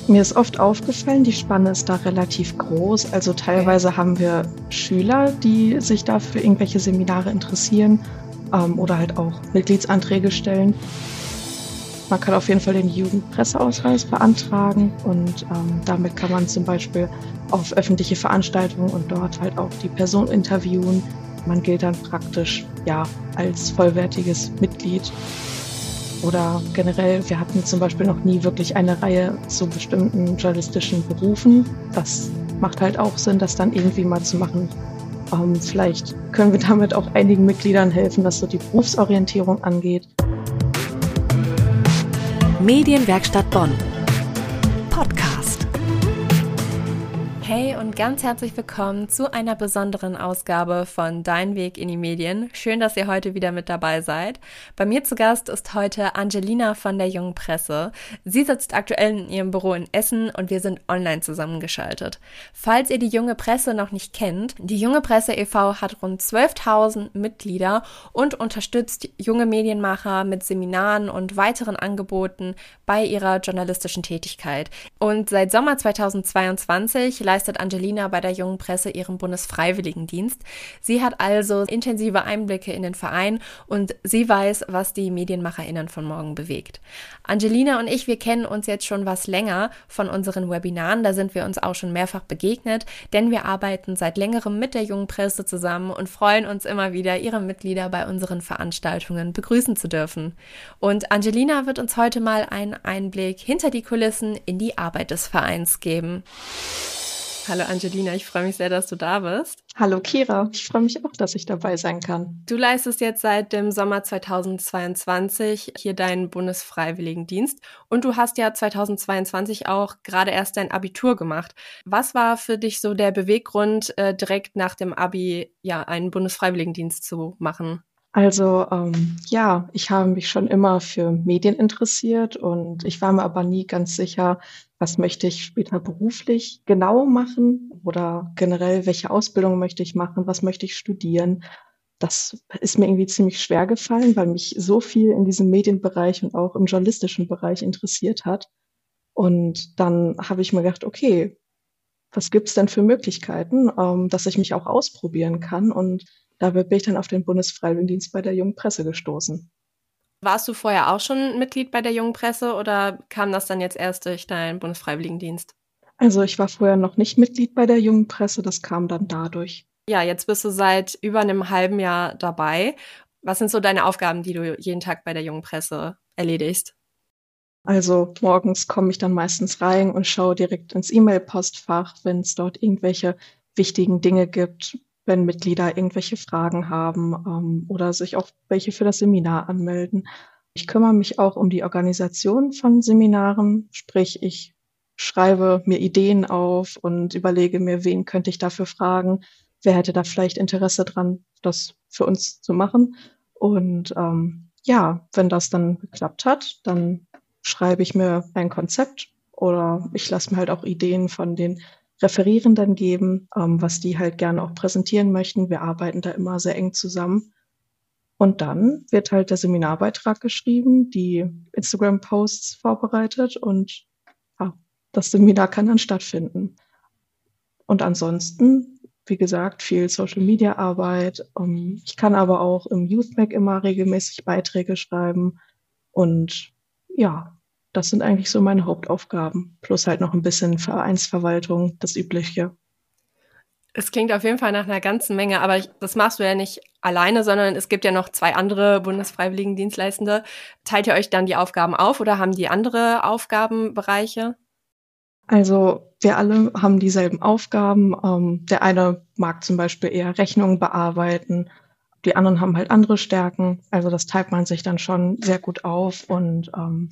Mir ist oft aufgefallen, die Spanne ist da relativ groß. Also teilweise haben wir Schüler, die sich da für irgendwelche Seminare interessieren, oder halt auch Mitgliedsanträge stellen. Man kann auf jeden Fall den Jugendpresseausweis beantragen und damit kann man zum Beispiel auf öffentliche Veranstaltungen und dort halt auch die Person interviewen. Man gilt dann praktisch als vollwertiges Mitglied. Oder generell, wir hatten zum Beispiel noch nie wirklich eine Reihe zu bestimmten journalistischen Berufen. Das macht halt auch Sinn, das dann irgendwie mal zu machen. Vielleicht können wir damit auch einigen Mitgliedern helfen, was so die Berufsorientierung angeht. Medienwerkstatt Bonn. Podcast. Hey und ganz herzlich willkommen zu einer besonderen Ausgabe von Dein Weg in die Medien. Schön, dass ihr heute wieder mit dabei seid. Bei mir zu Gast ist heute Angelina von der Jungen Presse. Sie sitzt aktuell in ihrem Büro in Essen und wir sind online zusammengeschaltet. Falls ihr die Junge Presse noch nicht kennt, die Junge Presse e.V. hat rund 12.000 Mitglieder und unterstützt junge Medienmacher mit Seminaren und weiteren Angeboten bei ihrer journalistischen Tätigkeit. Und seit Sommer 2022 leistet Angelina bei der Jungen Presse ihren Bundesfreiwilligendienst. Sie hat also intensive Einblicke in den Verein und sie weiß, was die MedienmacherInnen von morgen bewegt. Angelina und ich, wir kennen uns jetzt schon was länger von unseren Webinaren, da sind wir uns auch schon mehrfach begegnet, denn wir arbeiten seit längerem mit der Jungen Presse zusammen und freuen uns immer wieder, ihre Mitglieder bei unseren Veranstaltungen begrüßen zu dürfen. Und Angelina wird uns heute mal einen Einblick hinter die Kulissen in die Arbeit des Vereins geben. Hallo Angelina, ich freue mich sehr, dass du da bist. Hallo Kira, ich freue mich auch, dass ich dabei sein kann. Du leistest jetzt seit dem Sommer 2022 hier deinen Bundesfreiwilligendienst und du hast ja 2022 auch gerade erst dein Abitur gemacht. Was war für dich so der Beweggrund, direkt nach dem Abi einen Bundesfreiwilligendienst zu machen? Also ich habe mich schon immer für Medien interessiert und ich war mir aber nie ganz sicher, was möchte ich später beruflich genau machen oder generell, welche Ausbildung möchte ich machen, was möchte ich studieren. Das ist mir irgendwie ziemlich schwer gefallen, weil mich so viel in diesem Medienbereich und auch im journalistischen Bereich interessiert hat. Und dann habe ich mir gedacht, okay, was gibt's denn für Möglichkeiten, dass ich mich auch ausprobieren kann? Und dabei bin ich dann auf den Bundesfreiwilligendienst bei der Jungen Presse gestoßen. Warst du vorher auch schon Mitglied bei der Jungen Presse oder kam das dann jetzt erst durch deinen Bundesfreiwilligendienst? Also ich war vorher noch nicht Mitglied bei der Jungen Presse, das kam dann dadurch. Ja, jetzt bist du seit über einem halben Jahr dabei. Was sind so deine Aufgaben, die du jeden Tag bei der Jungen Presse erledigst? Also morgens komme ich dann meistens rein und schaue direkt ins E-Mail-Postfach, wenn es dort irgendwelche wichtigen Dinge gibt, wenn Mitglieder irgendwelche Fragen haben oder sich auch welche für das Seminar anmelden. Ich kümmere mich auch um die Organisation von Seminaren, sprich ich schreibe mir Ideen auf und überlege mir, wen könnte ich dafür fragen, wer hätte da vielleicht Interesse dran, das für uns zu machen. Und wenn das dann geklappt hat, dann schreibe ich mir ein Konzept oder ich lasse mir halt auch Ideen von den Referierenden geben, was die halt gerne auch präsentieren möchten. Wir arbeiten da immer sehr eng zusammen. Und dann wird halt der Seminarbeitrag geschrieben, die Instagram-Posts vorbereitet und das Seminar kann dann stattfinden. Und ansonsten, wie gesagt, viel Social-Media-Arbeit. Ich kann aber auch im Youth-Mag immer regelmäßig Beiträge schreiben. Und ja, das sind eigentlich so meine Hauptaufgaben. Plus halt noch ein bisschen Vereinsverwaltung, das Übliche. Es klingt auf jeden Fall nach einer ganzen Menge, aber das machst du ja nicht alleine, sondern es gibt ja noch 2 andere Bundesfreiwilligendienstleistende. Teilt ihr euch dann die Aufgaben auf oder haben die andere Aufgabenbereiche? Also wir alle haben dieselben Aufgaben. Der eine mag zum Beispiel eher Rechnungen bearbeiten, die anderen haben halt andere Stärken. Also das teilt man sich dann schon sehr gut auf. Und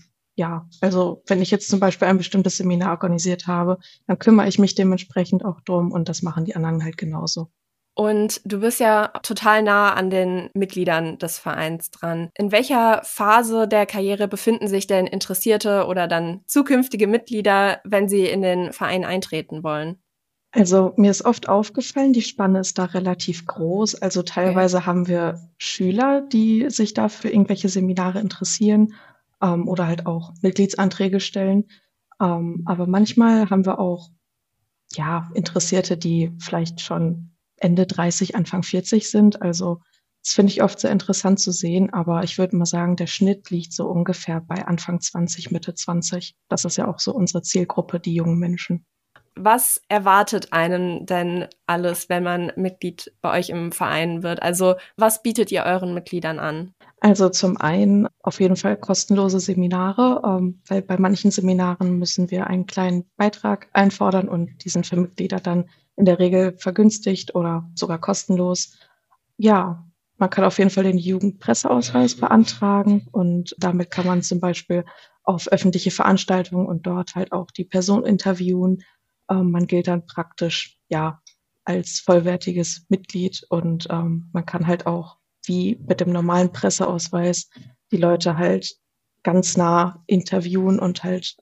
also wenn ich jetzt zum Beispiel ein bestimmtes Seminar organisiert habe, dann kümmere ich mich dementsprechend auch drum und das machen die anderen halt genauso. Und du bist ja total nah an den Mitgliedern des Vereins dran. In welcher Phase der Karriere befinden sich denn Interessierte oder dann zukünftige Mitglieder, wenn sie in den Verein eintreten wollen? Also mir ist oft aufgefallen, die Spanne ist da relativ groß. Also teilweise haben wir Schüler, die sich da für irgendwelche Seminare interessieren oder halt auch Mitgliedsanträge stellen. Aber manchmal haben wir auch Interessierte, die vielleicht schon Ende 30, Anfang 40 sind. Also das finde ich oft sehr interessant zu sehen, aber ich würde mal sagen, der Schnitt liegt so ungefähr bei Anfang 20, Mitte 20. Das ist ja auch so unsere Zielgruppe, die jungen Menschen. Was erwartet einen denn alles, wenn man Mitglied bei euch im Verein wird? Also was bietet ihr euren Mitgliedern an? Also zum einen auf jeden Fall kostenlose Seminare, weil bei manchen Seminaren müssen wir einen kleinen Beitrag einfordern und die sind für Mitglieder dann in der Regel vergünstigt oder sogar kostenlos. Ja, man kann auf jeden Fall den Jugendpresseausweis beantragen und damit kann man zum Beispiel auf öffentliche Veranstaltungen und dort halt auch die Person interviewen. Man gilt dann praktisch als vollwertiges Mitglied und man kann halt auch wie mit dem normalen Presseausweis die Leute halt ganz nah interviewen und halt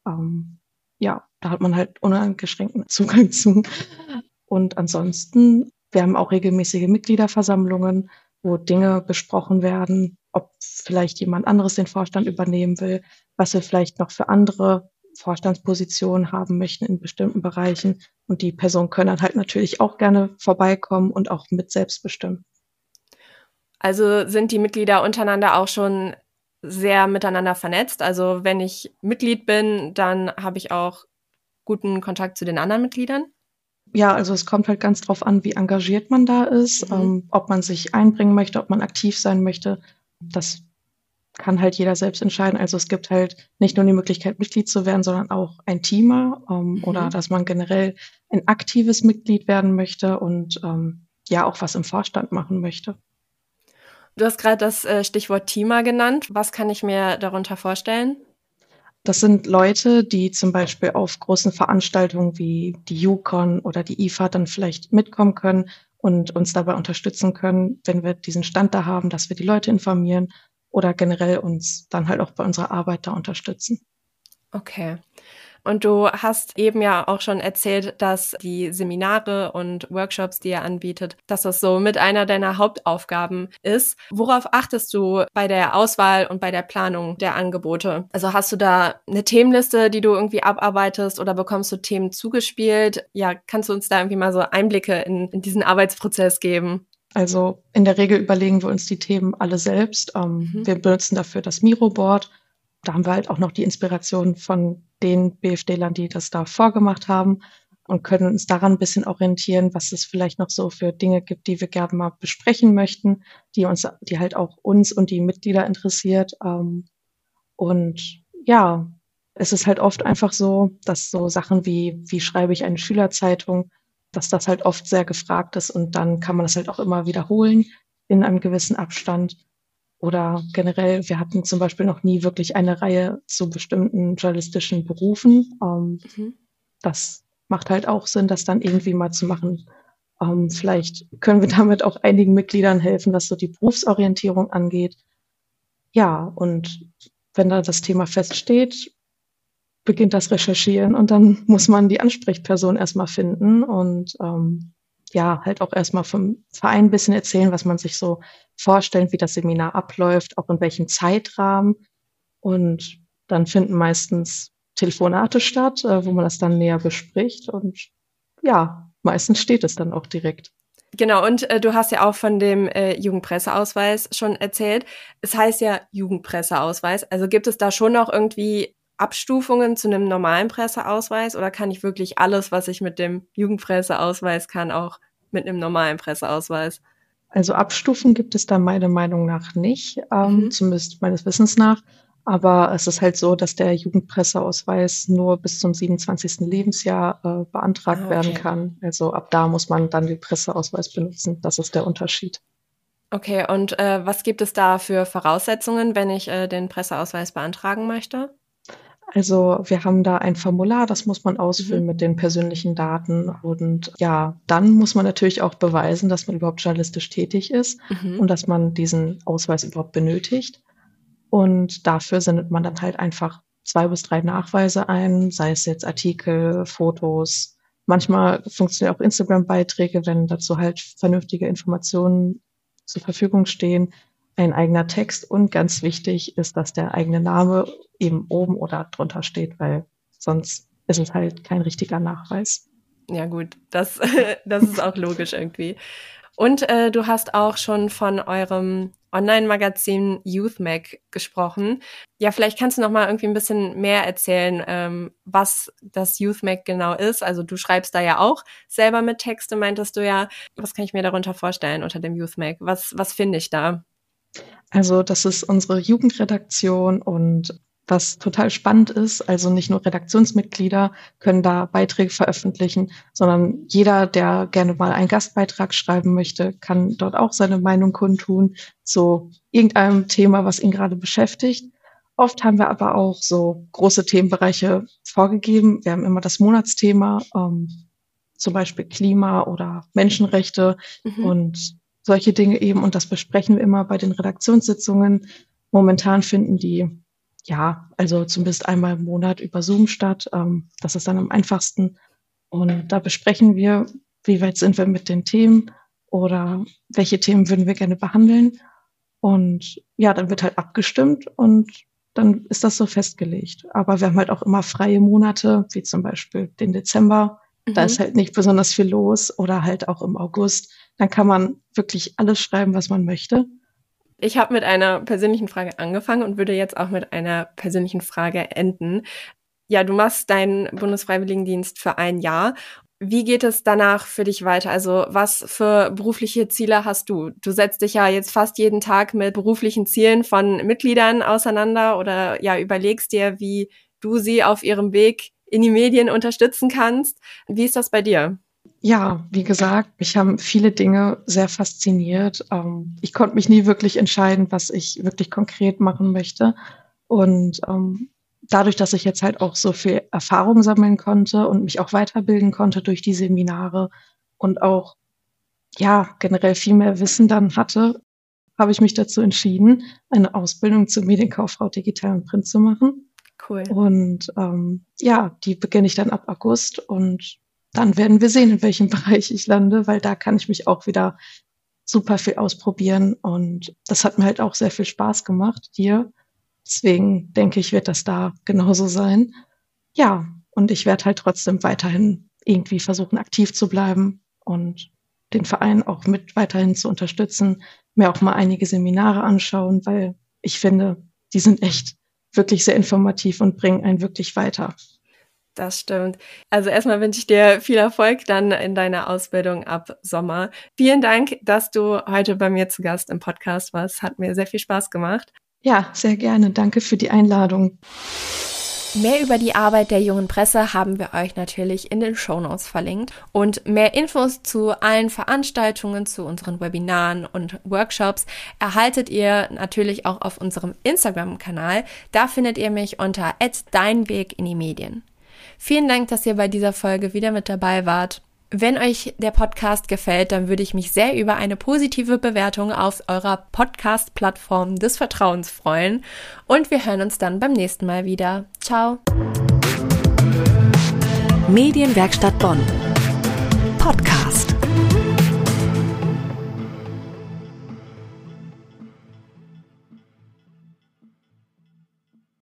da hat man halt uneingeschränkten Zugang zu. Und ansonsten, wir haben auch regelmäßige Mitgliederversammlungen, wo Dinge besprochen werden, ob vielleicht jemand anderes den Vorstand übernehmen will, was wir vielleicht noch für andere Vorstandspositionen haben möchten in bestimmten Bereichen. Und die Personen können dann halt natürlich auch gerne vorbeikommen und auch mit selbst bestimmen. Also sind die Mitglieder untereinander auch schon sehr miteinander vernetzt? Also wenn ich Mitglied bin, dann habe ich auch guten Kontakt zu den anderen Mitgliedern? Ja, also es kommt halt ganz drauf an, wie engagiert man da ist, ob man sich einbringen möchte, ob man aktiv sein möchte. Das kann halt jeder selbst entscheiden. Also es gibt halt nicht nur die Möglichkeit, Mitglied zu werden, sondern auch ein Teamer oder dass man generell ein aktives Mitglied werden möchte und auch was im Vorstand machen möchte. Du hast gerade das Stichwort Teamer genannt. Was kann ich mir darunter vorstellen? Das sind Leute, die zum Beispiel auf großen Veranstaltungen wie die JUCON oder die IFA dann vielleicht mitkommen können und uns dabei unterstützen können, wenn wir diesen Stand da haben, dass wir die Leute informieren oder generell uns dann halt auch bei unserer Arbeit da unterstützen. Okay. Und du hast eben ja auch schon erzählt, dass die Seminare und Workshops, die ihr anbietet, dass das so mit einer deiner Hauptaufgaben ist. Worauf achtest du bei der Auswahl und bei der Planung der Angebote? Also hast du da eine Themenliste, die du irgendwie abarbeitest oder bekommst du Themen zugespielt? Ja, kannst du uns da irgendwie mal so Einblicke in diesen Arbeitsprozess geben? Also in der Regel überlegen wir uns die Themen alle selbst. Wir benutzen dafür das Miro-Board. Da haben wir halt auch noch die Inspiration von den BFD-Lern, die das da vorgemacht haben und können uns daran ein bisschen orientieren, was es vielleicht noch so für Dinge gibt, die wir gerne mal besprechen möchten, die halt auch uns und die Mitglieder interessiert. Und ja, es ist halt oft einfach so, dass so Sachen wie schreibe ich eine Schülerzeitung, dass das halt oft sehr gefragt ist und dann kann man das halt auch immer wiederholen in einem gewissen Abstand. Oder generell, wir hatten zum Beispiel noch nie wirklich eine Reihe zu bestimmten journalistischen Berufen. Das macht halt auch Sinn, das dann irgendwie mal zu machen. Vielleicht können wir damit auch einigen Mitgliedern helfen, was so die Berufsorientierung angeht. Ja, und wenn da das Thema feststeht, beginnt das Recherchieren und dann muss man die Ansprechperson erstmal finden und halt auch erstmal vom Verein ein bisschen erzählen, was man sich so vorstellt, wie das Seminar abläuft, auch in welchem Zeitrahmen. Und dann finden meistens Telefonate statt, wo man das dann näher bespricht. Und ja, meistens steht es dann auch direkt. Genau, und du hast ja auch von dem Jugendpresseausweis schon erzählt. Es heißt ja Jugendpresseausweis. Also gibt es da schon noch irgendwie Abstufungen zu einem normalen Presseausweis oder kann ich wirklich alles, was ich mit dem Jugendpresseausweis kann, auch mit einem normalen Presseausweis? Also Abstufen gibt es da meiner Meinung nach nicht, zumindest meines Wissens nach. Aber es ist halt so, dass der Jugendpresseausweis nur bis zum 27. Lebensjahr beantragt werden kann. Also ab da muss man dann den Presseausweis benutzen. Das ist der Unterschied. Okay, und was gibt es da für Voraussetzungen, wenn ich den Presseausweis beantragen möchte? Also wir haben da ein Formular, das muss man ausfüllen mit den persönlichen Daten. Und ja, dann muss man natürlich auch beweisen, dass man überhaupt journalistisch tätig ist und dass man diesen Ausweis überhaupt benötigt. Und dafür sendet man dann halt einfach 2 bis 3 Nachweise ein, sei es jetzt Artikel, Fotos. Manchmal funktionieren auch Instagram-Beiträge, wenn dazu halt vernünftige Informationen zur Verfügung stehen. Ein eigener Text und ganz wichtig ist, dass der eigene Name eben oben oder drunter steht, weil sonst ist es halt kein richtiger Nachweis. Ja gut, das ist auch logisch irgendwie. Und du hast auch schon von eurem Online-Magazin YouthMag gesprochen. Ja, vielleicht kannst du noch mal irgendwie ein bisschen mehr erzählen, was das YouthMag genau ist. Also du schreibst da ja auch selber mit Texte, meintest du ja. Was kann ich mir darunter vorstellen unter dem YouthMag? Was finde ich da? Also das ist unsere Jugendredaktion und was total spannend ist, also nicht nur Redaktionsmitglieder können da Beiträge veröffentlichen, sondern jeder, der gerne mal einen Gastbeitrag schreiben möchte, kann dort auch seine Meinung kundtun zu irgendeinem Thema, was ihn gerade beschäftigt. Oft haben wir aber auch so große Themenbereiche vorgegeben. Wir haben immer das Monatsthema, zum Beispiel Klima oder Menschenrechte und solche Dinge eben. Und das besprechen wir immer bei den Redaktionssitzungen. Momentan finden die also zumindest einmal im Monat über Zoom statt. Das ist dann am einfachsten. Und da besprechen wir, wie weit sind wir mit den Themen oder welche Themen würden wir gerne behandeln. Und ja, dann wird halt abgestimmt und dann ist das so festgelegt. Aber wir haben halt auch immer freie Monate, wie zum Beispiel den Dezember. Da ist halt nicht besonders viel los oder halt auch im August. Dann kann man wirklich alles schreiben, was man möchte. Ich habe mit einer persönlichen Frage angefangen und würde jetzt auch mit einer persönlichen Frage enden. Ja, du machst deinen Bundesfreiwilligendienst für ein Jahr. Wie geht es danach für dich weiter? Also was für berufliche Ziele hast du? Du setzt dich ja jetzt fast jeden Tag mit beruflichen Zielen von Mitgliedern auseinander oder ja, überlegst dir, wie du sie auf ihrem Weg in die Medien unterstützen kannst. Wie ist das bei dir? Ja, wie gesagt, mich haben viele Dinge sehr fasziniert. Ich konnte mich nie wirklich entscheiden, was ich wirklich konkret machen möchte. Und dadurch, dass ich jetzt halt auch so viel Erfahrung sammeln konnte und mich auch weiterbilden konnte durch die Seminare und auch generell viel mehr Wissen dann hatte, habe ich mich dazu entschieden, eine Ausbildung zur Medienkauffrau Digital und Print zu machen. Cool. Und die beginne ich dann ab August und dann werden wir sehen, in welchem Bereich ich lande, weil da kann ich mich auch wieder super viel ausprobieren und das hat mir halt auch sehr viel Spaß gemacht hier. Deswegen denke ich, wird das da genauso sein. Ja, und ich werde halt trotzdem weiterhin irgendwie versuchen, aktiv zu bleiben und den Verein auch mit weiterhin zu unterstützen, mir auch mal einige Seminare anschauen, weil ich finde, die sind echt wirklich sehr informativ und bringen einen wirklich weiter. Das stimmt. Also erstmal wünsche ich dir viel Erfolg dann in deiner Ausbildung ab Sommer. Vielen Dank, dass du heute bei mir zu Gast im Podcast warst. Hat mir sehr viel Spaß gemacht. Ja, sehr gerne. Danke für die Einladung. Mehr über die Arbeit der Jungen Presse haben wir euch natürlich in den Shownotes verlinkt. Und mehr Infos zu allen Veranstaltungen, zu unseren Webinaren und Workshops erhaltet ihr natürlich auch auf unserem Instagram-Kanal. Da findet ihr mich unter @deinwegindiemedien. Vielen Dank, dass ihr bei dieser Folge wieder mit dabei wart. Wenn euch der Podcast gefällt, dann würde ich mich sehr über eine positive Bewertung auf eurer Podcast-Plattform des Vertrauens freuen. Und wir hören uns dann beim nächsten Mal wieder. Ciao. Medienwerkstatt Bonn.